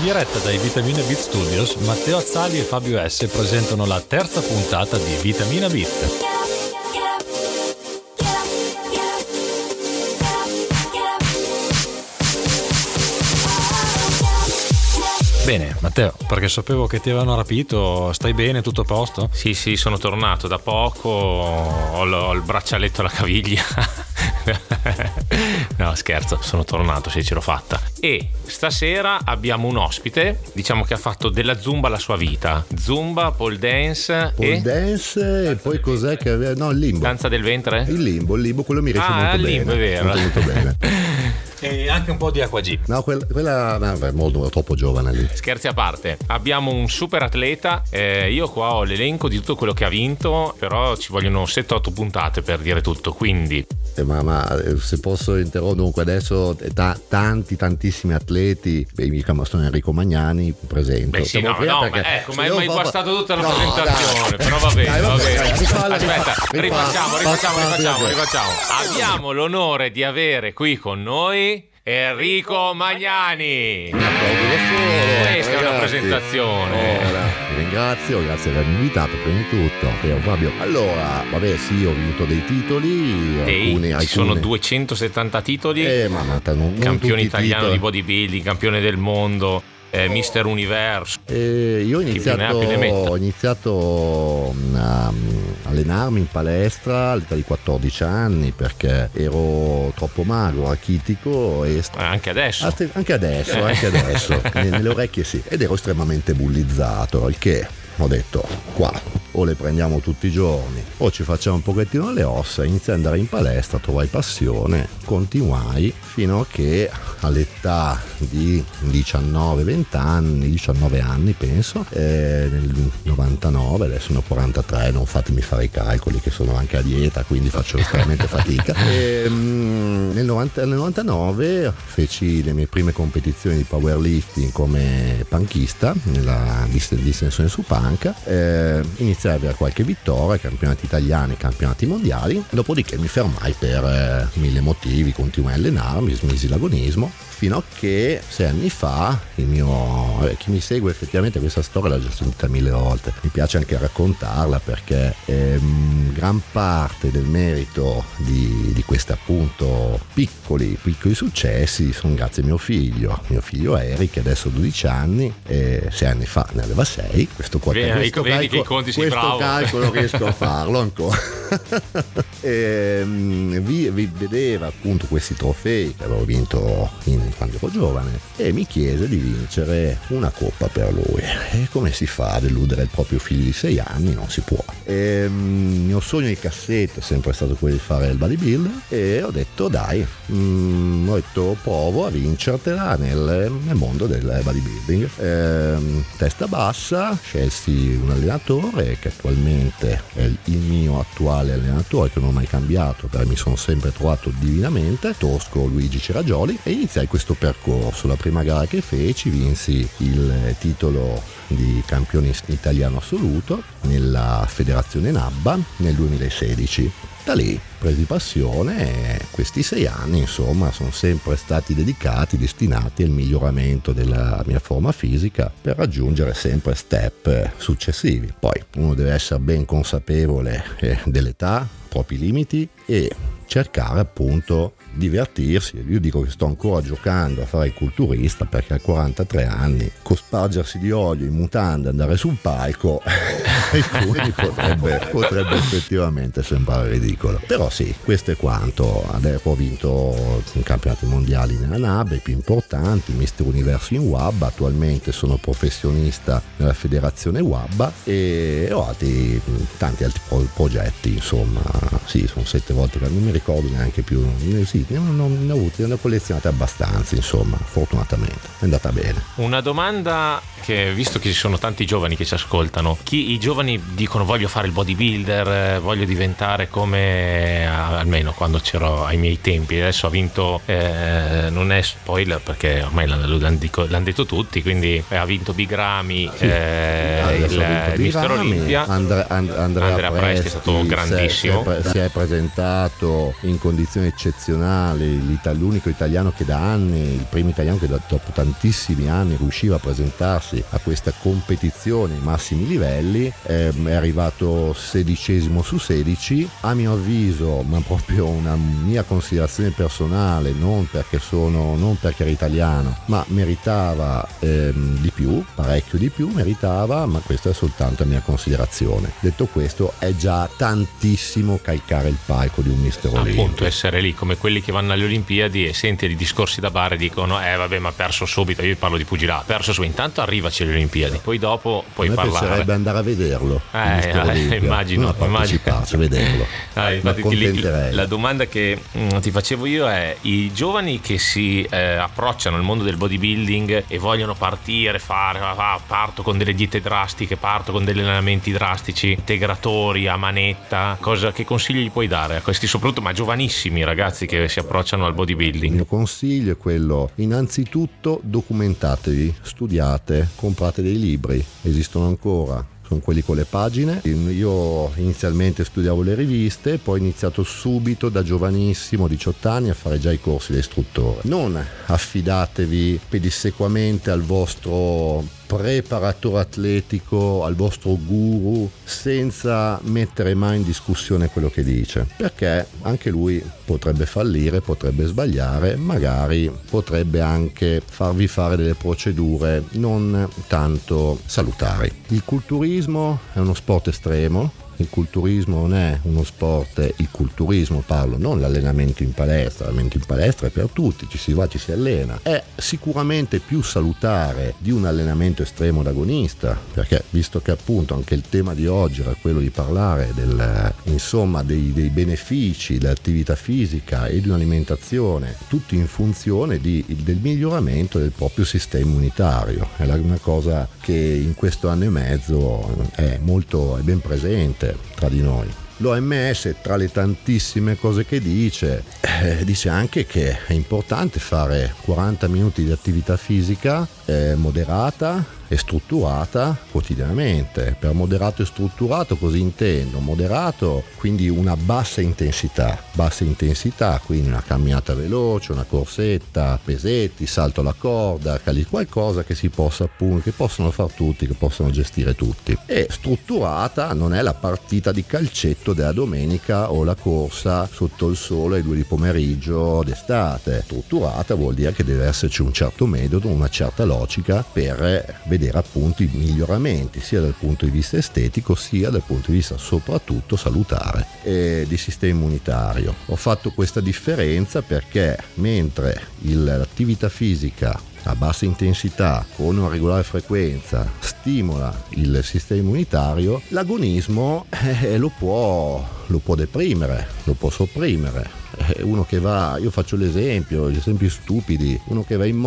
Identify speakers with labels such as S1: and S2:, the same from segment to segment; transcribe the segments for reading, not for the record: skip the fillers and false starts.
S1: diretta dai Vitamina Beat Studios, Matteo Azzali e Fabio S presentano la terza puntata di Vitamina Beat. Bene, Matteo, perché sapevo che ti avevano rapito, stai bene, tutto a posto?
S2: Sì, sono tornato da poco, ho il braccialetto alla caviglia. No, scherzo, sono tornato, sì, ce l'ho fatta. E stasera abbiamo un ospite, diciamo che ha fatto della Zumba la sua vita. Zumba, pole dance
S3: e poi cos'è che aveva? No, il limbo.
S2: Danza del ventre?
S3: Il limbo, quello mi riesce molto
S2: bene. Ah, il limbo, è vero.
S3: Molto bene.
S1: E anche un po' di acqua G.
S3: No, quella è molto troppo giovane lì.
S2: Scherzi a parte, abbiamo un super atleta. Io qua ho l'elenco di tutto quello che ha vinto, però ci vogliono 7-8 puntate per dire tutto, quindi
S3: ma se posso interrompere, dunque adesso tantissimi atleti, mica sono Enrico Magnani presente.
S2: Beh sì, ma hai guastato tutta la presentazione, però va bene. Aspetta, rifacciamo. Abbiamo l'onore di avere qui con noi Enrico Magnani. Questa è una presentazione.
S3: Ringrazio, grazie per avermi invitato prima di tutto. Fabio. Allora, vabbè, sì, ho vinto dei titoli. Alcuni.
S2: Sono 270 titoli.
S3: Non
S2: campione italiano di bodybuilding, campione del mondo. Mister Universo.
S3: Io ho iniziato a allenarmi in palestra all'età di 14 anni perché ero troppo magro, rachitico e
S2: anche adesso
S3: nelle orecchie sì, ed ero estremamente bullizzato, al che ho detto qua o le prendiamo tutti i giorni o ci facciamo un pochettino le ossa. Iniziai ad andare in palestra, trovai passione, continuai fino a che all'età di 19 anni penso, nel 99, adesso ne ho 43, non fatemi fare i calcoli che sono anche a dieta, quindi faccio estremamente fatica. Nel 99 feci le mie prime competizioni di powerlifting come panchista nella distensione su panca, iniziai ad avere qualche vittoria, campionati italiani, campionati mondiali, dopodiché mi fermai per mille motivi, continuai a allenarmi, smisi l'agonismo, fino a che 6 anni fa chi mi segue effettivamente questa storia l'ha già sentita 1000 volte, mi piace anche raccontarla perché gran parte del merito di questi appunto piccoli successi sono grazie a mio figlio Eric, che adesso ha 12 anni e 6 anni fa ne aveva 6. Questo calcolo riesco a farlo ancora. Vi vedeva appunto questi trofei che avevo vinto quando ero giovane e mi chiese di vincere una coppa per lui. E come si fa a deludere il proprio figlio di 6 anni? Non si può. Il mio sogno di cassetto è sempre stato quello di fare il bodybuilder e ho detto provo a vincertela nel mondo del bodybuilding. Testa bassa, scelsi un allenatore che attualmente è il mio attuale allenatore, che non ho mai cambiato perché mi sono sempre trovato divinamente, Tosco Luigi Ceragioli, e iniziai questo percorso. La prima gara che feci vinsi il titolo di campione italiano assoluto nella federazione NABBA nel 2016. Da lì presi passione e questi 6 anni insomma sono sempre stati destinati al miglioramento della mia forma fisica per raggiungere sempre step successivi. Poi uno deve essere ben consapevole dell'età, propri limiti e cercare appunto divertirsi. Io dico che sto ancora giocando a fare il culturista perché a 43 anni cospargersi di olio in mutande, andare sul palco alcuni potrebbe effettivamente sembrare ridicolo, però sì, questo è quanto. Adesso ho vinto i campionati mondiali nella NAB, i più importanti, Mister Universo in WABA, attualmente sono professionista nella federazione WABA e ho tanti altri progetti, insomma sì, sono 7 volte che non mi ricordo neanche più, sì, ne ho collezionate abbastanza, insomma, fortunatamente è andata bene.
S2: Una domanda che, visto che ci sono tanti giovani che ci ascoltano, i giovani giovani dicono voglio fare il bodybuilder, voglio diventare come, almeno quando c'ero ai miei tempi. Adesso ha vinto, non è spoiler perché ormai l'hanno detto tutti, quindi ha vinto Bigrami, il Mister Olimpia. Andrea Presti è stato grandissimo,
S3: si è presentato in condizioni eccezionali, l'unico italiano che da anni, il primo italiano che dopo tantissimi anni riusciva a presentarsi a questa competizione ai massimi livelli. È arrivato 16° su 16, a mio avviso, ma proprio una mia considerazione personale, non perché era italiano, ma meritava di più, parecchio di più meritava, ma questa è soltanto la mia considerazione. Detto questo, è già tantissimo calcare il palco di un Mister Olimpia.
S2: Appunto, essere lì come quelli che vanno alle Olimpiadi e senti i discorsi da bar e dicono vabbè, ma ha perso subito. Io parlo di pugilato, perso subito, intanto arrivaci alle Olimpiadi, poi dopo puoi parlare. Mi
S3: piacerebbe andare a vederlo,
S2: immagino
S3: vederlo.
S2: Infatti, la domanda che ti facevo io è: i giovani che si approcciano al mondo del bodybuilding e vogliono partire, parto con delle diete drastiche, parto con degli allenamenti drastici, integratori a manetta, che consigli gli puoi dare a questi, soprattutto ma giovanissimi ragazzi che si approcciano al bodybuilding?
S3: Il mio consiglio è quello: innanzitutto documentatevi, studiate, comprate dei libri, esistono ancora, sono quelli con le pagine. Io inizialmente studiavo le riviste, poi ho iniziato subito da giovanissimo, 18 anni, a fare già i corsi da istruttore. Non affidatevi pedissequamente al vostro preparatore atletico, al vostro guru, senza mettere mai in discussione quello che dice, perché anche lui potrebbe fallire, potrebbe sbagliare, magari potrebbe anche farvi fare delle procedure non tanto salutari. Il culturismo è uno sport estremo. Il culturismo non è uno sport, il culturismo parlo, non l'allenamento in palestra. L'allenamento in palestra è per tutti, ci si va, ci si allena. È sicuramente più salutare di un allenamento estremo d'agonista, perché visto che appunto anche il tema di oggi era quello di parlare dei benefici dell'attività fisica e di un'alimentazione, tutti in funzione del miglioramento del proprio sistema immunitario. È una cosa che in questo anno e mezzo è ben presente tra di noi. L'OMS, tra le tantissime cose che dice anche che è importante fare 40 minuti di attività fisica moderata e strutturata quotidianamente. Per moderato e strutturato cosa intendo? Moderato, quindi una bassa intensità, quindi una camminata veloce, una corsetta, pesetti, salto alla corda, qualcosa che che possono far tutti, che possono gestire tutti. E strutturata non è la partita di calcetto della domenica o la corsa sotto il sole alle 2 di pomeriggio d'estate. Strutturata vuol dire che deve esserci un certo metodo, una certa logica per vedere appunto i miglioramenti sia dal punto di vista estetico sia dal punto di vista soprattutto salutare e di sistema immunitario. Ho fatto questa differenza perché mentre l'attività fisica a bassa intensità con una regolare frequenza stimola il sistema immunitario, l'agonismo lo può deprimere, lo può sopprimere. Uno che va, io faccio gli esempi stupidi, uno che va in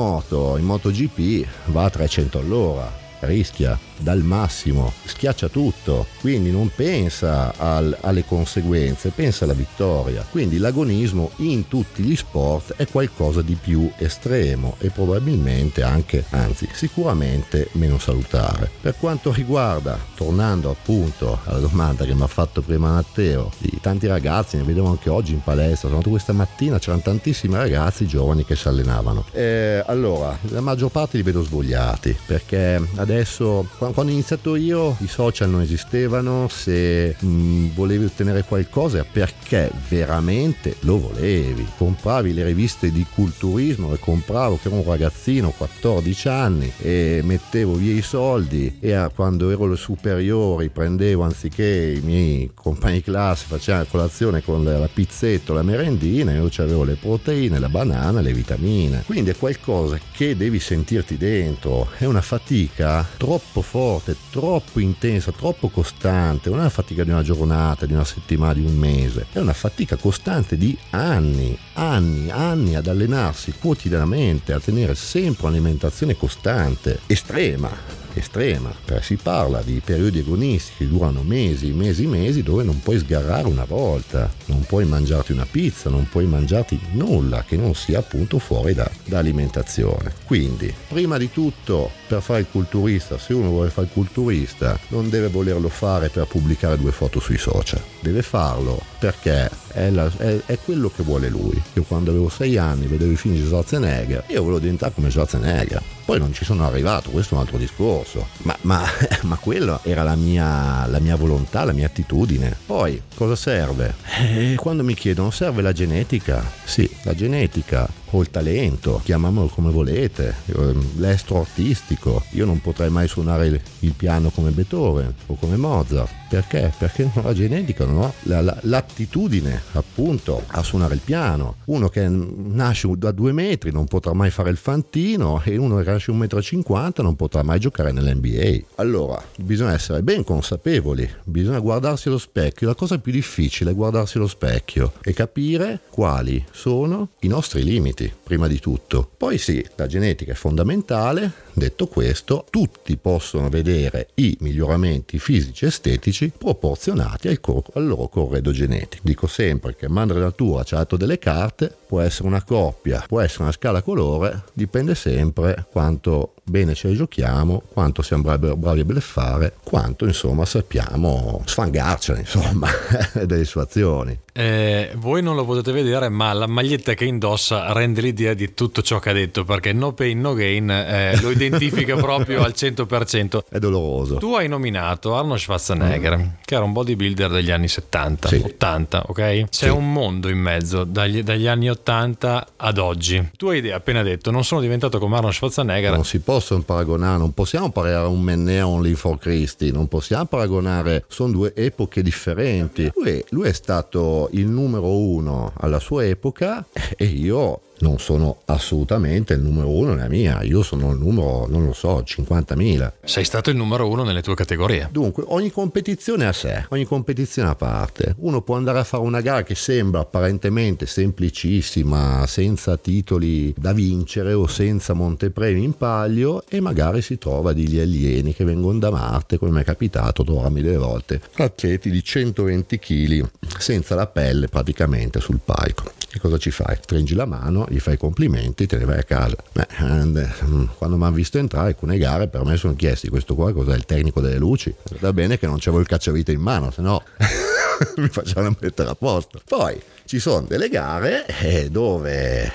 S3: MotoGP va a 300 all'ora, rischia dal massimo, schiaccia tutto, quindi non pensa alle conseguenze, pensa alla vittoria. Quindi l'agonismo in tutti gli sport è qualcosa di più estremo e probabilmente sicuramente meno salutare. Per quanto riguarda, tornando appunto alla domanda che mi ha fatto prima Matteo, di tanti ragazzi, ne vedevo anche oggi in palestra, sono andato questa mattina, c'erano tantissimi ragazzi giovani che si allenavano. Allora, la maggior parte li vedo svogliati, perché adesso quando ho iniziato io i social non esistevano, se volevi ottenere qualcosa perché veramente lo volevi, compravi le riviste di culturismo, che ero un ragazzino, 14 anni, e mettevo via i soldi e quando ero alle superiori prendevo, anziché i miei compagni di classe facevano colazione con la pizzetta o la merendina, io c'avevo le proteine, la banana, le vitamine. Quindi è qualcosa che devi sentirti dentro, è una fatica troppo forte, troppo intensa, troppo costante. Non è una fatica di una giornata, di una settimana, di un mese, è una fatica costante di anni ad allenarsi quotidianamente, a tenere sempre un'alimentazione costante, estrema, estrema, perché si parla di periodi agonistici che durano mesi, dove non puoi sgarrare una volta, non puoi mangiarti una pizza, non puoi mangiarti nulla che non sia appunto fuori da alimentazione. Quindi, prima di tutto, per fare il culturista, se uno vuole fare il culturista, non deve volerlo fare per pubblicare 2 foto sui social, deve farlo perché è quello che vuole lui. Io quando avevo 6 anni vedevo i film di Schwarzenegger, io volevo diventare come Schwarzenegger, poi non ci sono arrivato, questo è un altro discorso, ma quello era la mia volontà, la mia attitudine. Poi cosa serve? Quando mi chiedono serve la genetica, sì, la genetica o il talento, chiamiamolo come volete, l'estro artistico. Io non potrei mai suonare il piano come Beethoven o come Mozart. Perché? Perché non ho la genetica, non ho l'attitudine appunto a suonare il piano. Uno che nasce da 2 metri non potrà mai fare il fantino, e uno che nasce 1,50 m non potrà mai giocare nell'NBA. Allora bisogna essere ben consapevoli, bisogna guardarsi allo specchio. La cosa più difficile è guardarsi allo specchio e capire quali sono i nostri limiti, prima di tutto. Poi sì, la genetica è fondamentale. Detto questo, tutti possono vedere i miglioramenti fisici e estetici proporzionati al loro corredo genetico. Dico sempre che Madre Natura ci ha dato delle carte, può essere una coppia, può essere una scala colore, dipende sempre quanto bene ce le giochiamo, quanto siamo bravi a bleffare, quanto insomma sappiamo sfangarcene insomma delle situazioni.
S1: Voi non lo potete vedere, ma la maglietta che indossa rende l'idea di tutto ciò che ha detto, perché no pain no gain lo identifica proprio al 100%.
S3: È doloroso.
S1: Tu hai nominato Arnold Schwarzenegger, che era un bodybuilder degli anni 70,
S3: sì.
S1: 80, ok? C'è un mondo in mezzo dagli anni 80 ad oggi. Tu hai appena detto non sono diventato come Arnold Schwarzenegger.
S3: Non si possono paragonare, non possiamo paragonare un Man Only for Christy, non possiamo paragonare, sono 2 epoche differenti. Lui è stato il numero 1 alla sua epoca e io non sono assolutamente il numero 1 nella mia, io sono il numero, non lo so, 50.000.
S1: Sei stato il numero 1 nelle tue categorie.
S3: Dunque, ogni competizione a sé, ogni competizione a parte. Uno può andare a fare una gara che sembra apparentemente semplicissima, senza titoli da vincere o senza montepremi in palio, e magari si trova degli alieni che vengono da Marte, come mi è capitato trovarmi delle volte atleti di 120 kg senza la pelle praticamente sul palco. Che cosa ci fai? Stringi la mano, gli fai i complimenti, te ne vai a casa. Quando mi hanno visto entrare alcune gare, per me sono chiesti: questo qua cos'è, il tecnico delle luci? Va bene che non c'avevo il cacciavite in mano, se no mi facevano mettere a posto. Poi ci sono delle gare dove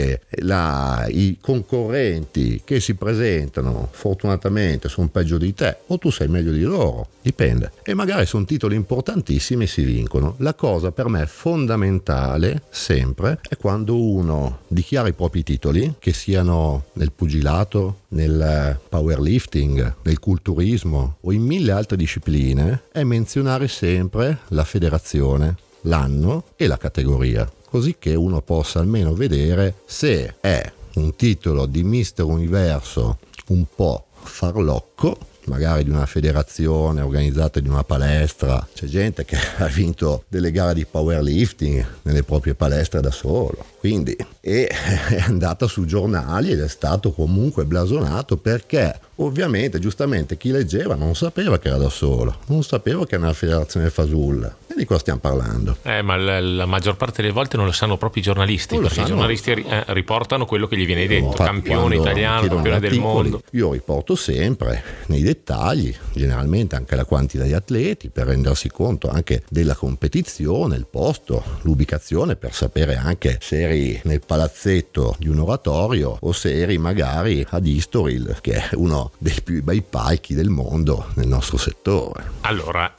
S3: i concorrenti che si presentano fortunatamente sono peggio di te o tu sei meglio di loro, dipende, e magari sono titoli importantissimi e si vincono. La cosa per me fondamentale sempre è quando uno dichiara i propri titoli, che siano nel pugilato, nel powerlifting, nel culturismo o in 1000 altre discipline, è menzionare sempre la federazione, l'anno e la categoria, così che uno possa almeno vedere se è un titolo di Mister Universo un po' farlocco, magari di una federazione organizzata di una palestra. C'è gente che ha vinto delle gare di powerlifting nelle proprie palestre da solo, quindi è andata su giornali ed è stato comunque blasonato, perché ovviamente giustamente chi leggeva non sapeva che era da solo, non sapeva che era una federazione fasulla. E di cosa stiamo parlando?
S2: Ma la maggior parte delle volte non lo sanno proprio i giornalisti, perché i giornalisti riportano quello che gli viene detto, campione italiano, campione del mondo.
S3: Io riporto sempre nei dettagli, generalmente anche la quantità di atleti, per rendersi conto anche della competizione, il posto, l'ubicazione, per sapere anche se eri nel palazzetto di un oratorio o se eri magari ad Estoril, che è uno dei più bei palchi del mondo nel nostro settore.
S2: Allora,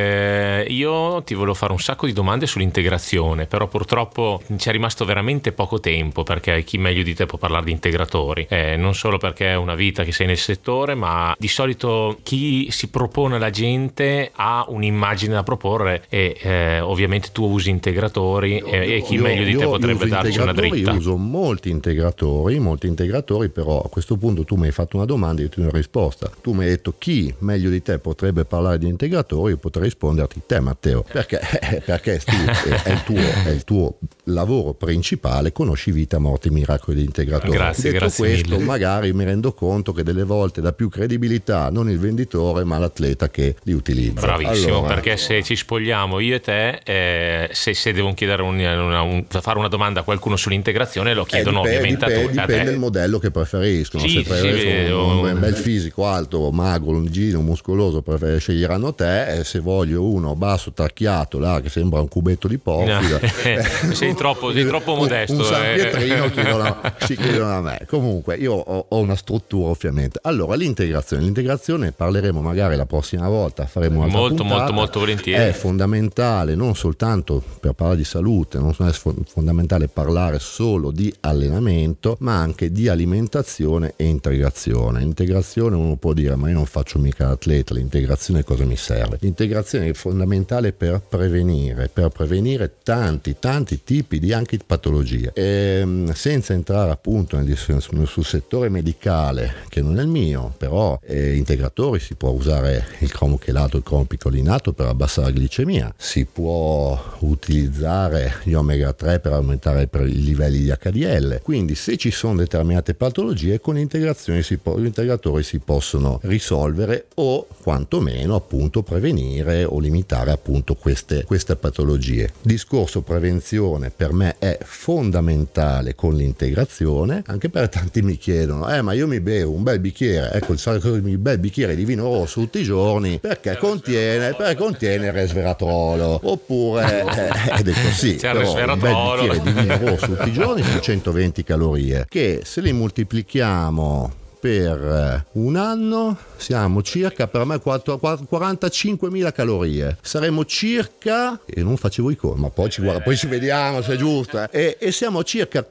S2: io ti volevo fare un sacco di domande sull'integrazione, però purtroppo ci è rimasto veramente poco tempo, perché chi meglio di te può parlare di integratori, non solo perché è una vita che sei nel settore, ma di solito chi si propone alla gente ha un'immagine da proporre e ovviamente tu usi integratori e chi meglio di te potrebbe darti
S3: integratori, io uso molti integratori, però a questo punto tu mi hai fatto una domanda e io ti do una risposta. Tu mi hai detto chi meglio di te potrebbe parlare di integratori, io potrei risponderti te, Matteo, perché Steve, è il tuo lavoro principale, conosci vita, morte e miracoli di integratori.
S2: Grazie
S3: questo
S2: mille.
S3: Magari mi rendo conto che delle volte dà più credibilità non il venditore ma l'atleta che li utilizza.
S2: Bravissimo, perché se ci spogliamo io e te, se devo chiedere fare una domanda a qualcuno sull'integrazione lo chiedono ovviamente a te.
S3: Dipende dal modello che preferiscono. Se preferiscono un bel fisico alto, magro, lungino, muscoloso, sceglieranno te, e se voglio uno basso, tacchiato là che sembra un cubetto di porfida,
S2: sei troppo modesto.
S3: Un San Pietrino ci chiedono a me. Comunque io ho una struttura, ovviamente. Allora, l'integrazione parleremo magari la prossima volta, faremo un'altra puntata.
S2: Molto volentieri.
S3: È fondamentale non soltanto per parlare di salute, non è fondamentale parlare solo di allenamento, ma anche di alimentazione e integrazione. Integrazione, uno può dire ma io non faccio mica l'atleta, l'integrazione cosa mi serve? L'integrazione è fondamentale per prevenire tanti tipi di anche patologie, senza entrare appunto sul settore medicale, che non è il mio, però integratori, si può usare il cromo chelato, il cromo picolinato per abbassare la glicemia, si può utilizzare gli omega 3 per aumentare i livelli di HDL. Quindi se ci sono determinate patologie, con integrazioni gli integratori si possono risolvere o quantomeno appunto prevenire o limitare appunto queste patologie. Discorso prevenzione per me è fondamentale con l'integrazione, anche perché tanti mi chiedono ma io mi bevo un bel bicchiere, il bel bicchiere di vino rosso tutti i giorni perché contiene resveratrolo, oppure ed è così, però un bel bicchiere di vino rosso tutti i giorni su 120 calorie che se li moltiplichiamo per un anno siamo circa, per me 45.000 calorie, saremo circa, e non facevo i conti, ma poi ci vediamo se è giusto, e siamo circa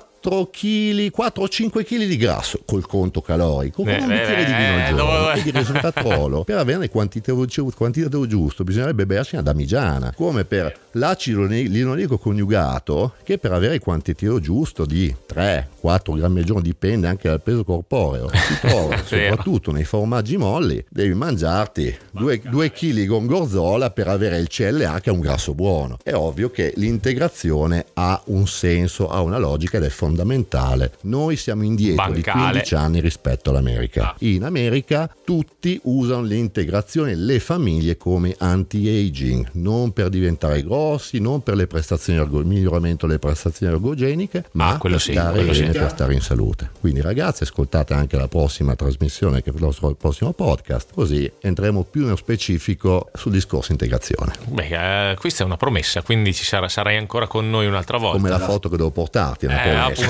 S3: 4-5 kg di grasso col conto calorico, con un bicchiere di vino al giorno e di resveratrolo. Per averne quantitativo giusto bisognerebbe bersi una damigiana, come per l'acido linoleico coniugato, che per avere il quantitativo giusto di 3-4 grammi al giorno, dipende anche dal peso corporeo, si trova soprattutto nei formaggi molli. Devi mangiarti 2 kg di gorgonzola per avere il CLA, che è un grasso buono. È ovvio che l'integrazione ha un senso, ha una logica ed è fondamentale. Noi siamo indietro di 15 anni rispetto all'America. In America tutti usano l'integrazione, le famiglie, come anti-aging, non per diventare grossi, non per le prestazioni il miglioramento delle prestazioni ergogeniche, ma per stare in salute. Quindi ragazzi, ascoltate anche la prossima trasmissione, che è il nostro prossimo podcast, così entreremo più nello specifico sul discorso integrazione.
S2: Questa è una promessa, quindi sarai ancora con noi un'altra volta.
S3: Come la foto che devo portarti.
S2: Appunto,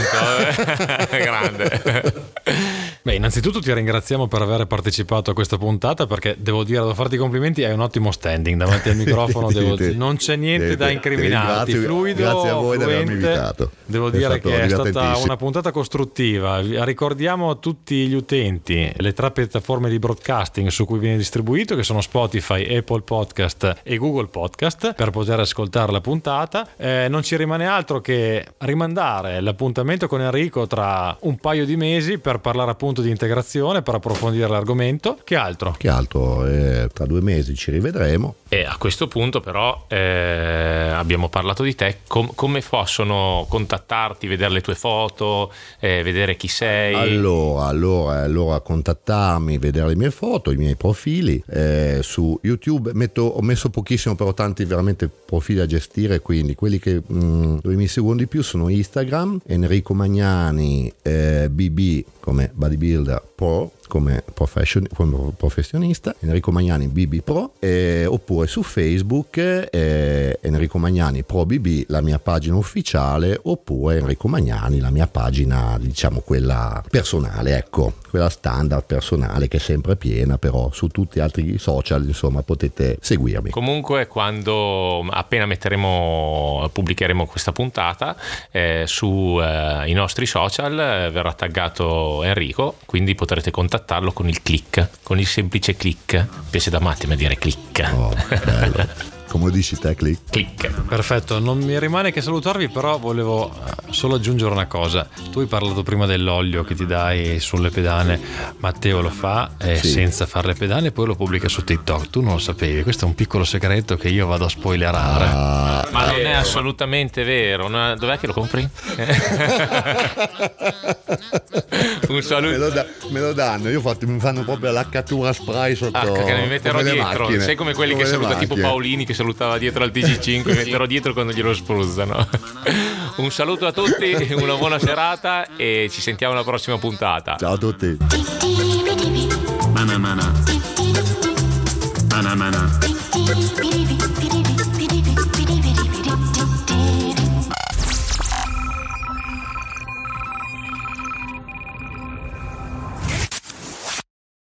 S2: grande.
S1: Innanzitutto ti ringraziamo per aver partecipato a questa puntata, perché devo farti i complimenti, hai un ottimo standing davanti al microfono, non c'è niente da incriminarti, fluido,
S3: grazie a voi di avermi invitato.
S1: Devo dire che è stata una puntata costruttiva. Ricordiamo a tutti gli utenti le 3 piattaforme di broadcasting su cui viene distribuito, che sono Spotify, Apple Podcast e Google Podcast, per poter ascoltare la puntata. Non ci rimane altro che rimandare l'appuntamento con Enrico tra un paio di mesi per parlare appunto di integrazione, per approfondire l'argomento. Che altro?
S3: Tra 2 mesi ci rivedremo.
S2: E a questo punto però abbiamo parlato di te. Come possono contattarti, vedere le tue foto, vedere chi sei?
S3: Allora contattarmi, vedere le mie foto, i miei profili su YouTube. Ho messo pochissimo, però tanti veramente profili da gestire, quindi quelli che dove mi seguono di più sono Instagram, Enrico Magnani BB come bodybuilder pro, come professionista, Enrico Magnani BB Pro, oppure su Facebook Enrico Magnani Pro BB, la mia pagina ufficiale, oppure Enrico Magnani, la mia pagina, diciamo quella personale, quella standard personale, che è sempre piena, però su tutti gli altri social insomma potete seguirmi.
S2: Comunque appena pubblicheremo questa puntata sui nostri social, verrà taggato Enrico, quindi potrete contattarlo con il semplice click. Piace da matti a dire click.
S3: Bello. come dici te,
S2: click.
S1: Perfetto, non mi rimane che salutarvi, però volevo solo aggiungere una cosa. Tu hai parlato prima dell'olio che ti dai sulle pedane, Matteo lo fa senza fare le pedane e poi lo pubblica su TikTok. Tu non lo sapevi, questo è un piccolo segreto che io vado a spoilerare.
S2: Ma non è assolutamente vero. Dov'è che lo compri? Un saluto.
S3: Me lo danno, mi fanno proprio l'accatura spray sotto.
S2: Che mi metterò dietro.
S3: Macchine.
S2: Sei come quelli che saluta, tipo Paolini che salutava dietro al TG5, mi metterò dietro quando glielo spruzzano. Un saluto a tutti, una buona serata e ci sentiamo alla prossima puntata.
S3: Ciao a tutti.
S4: Mana mana. Mana mana.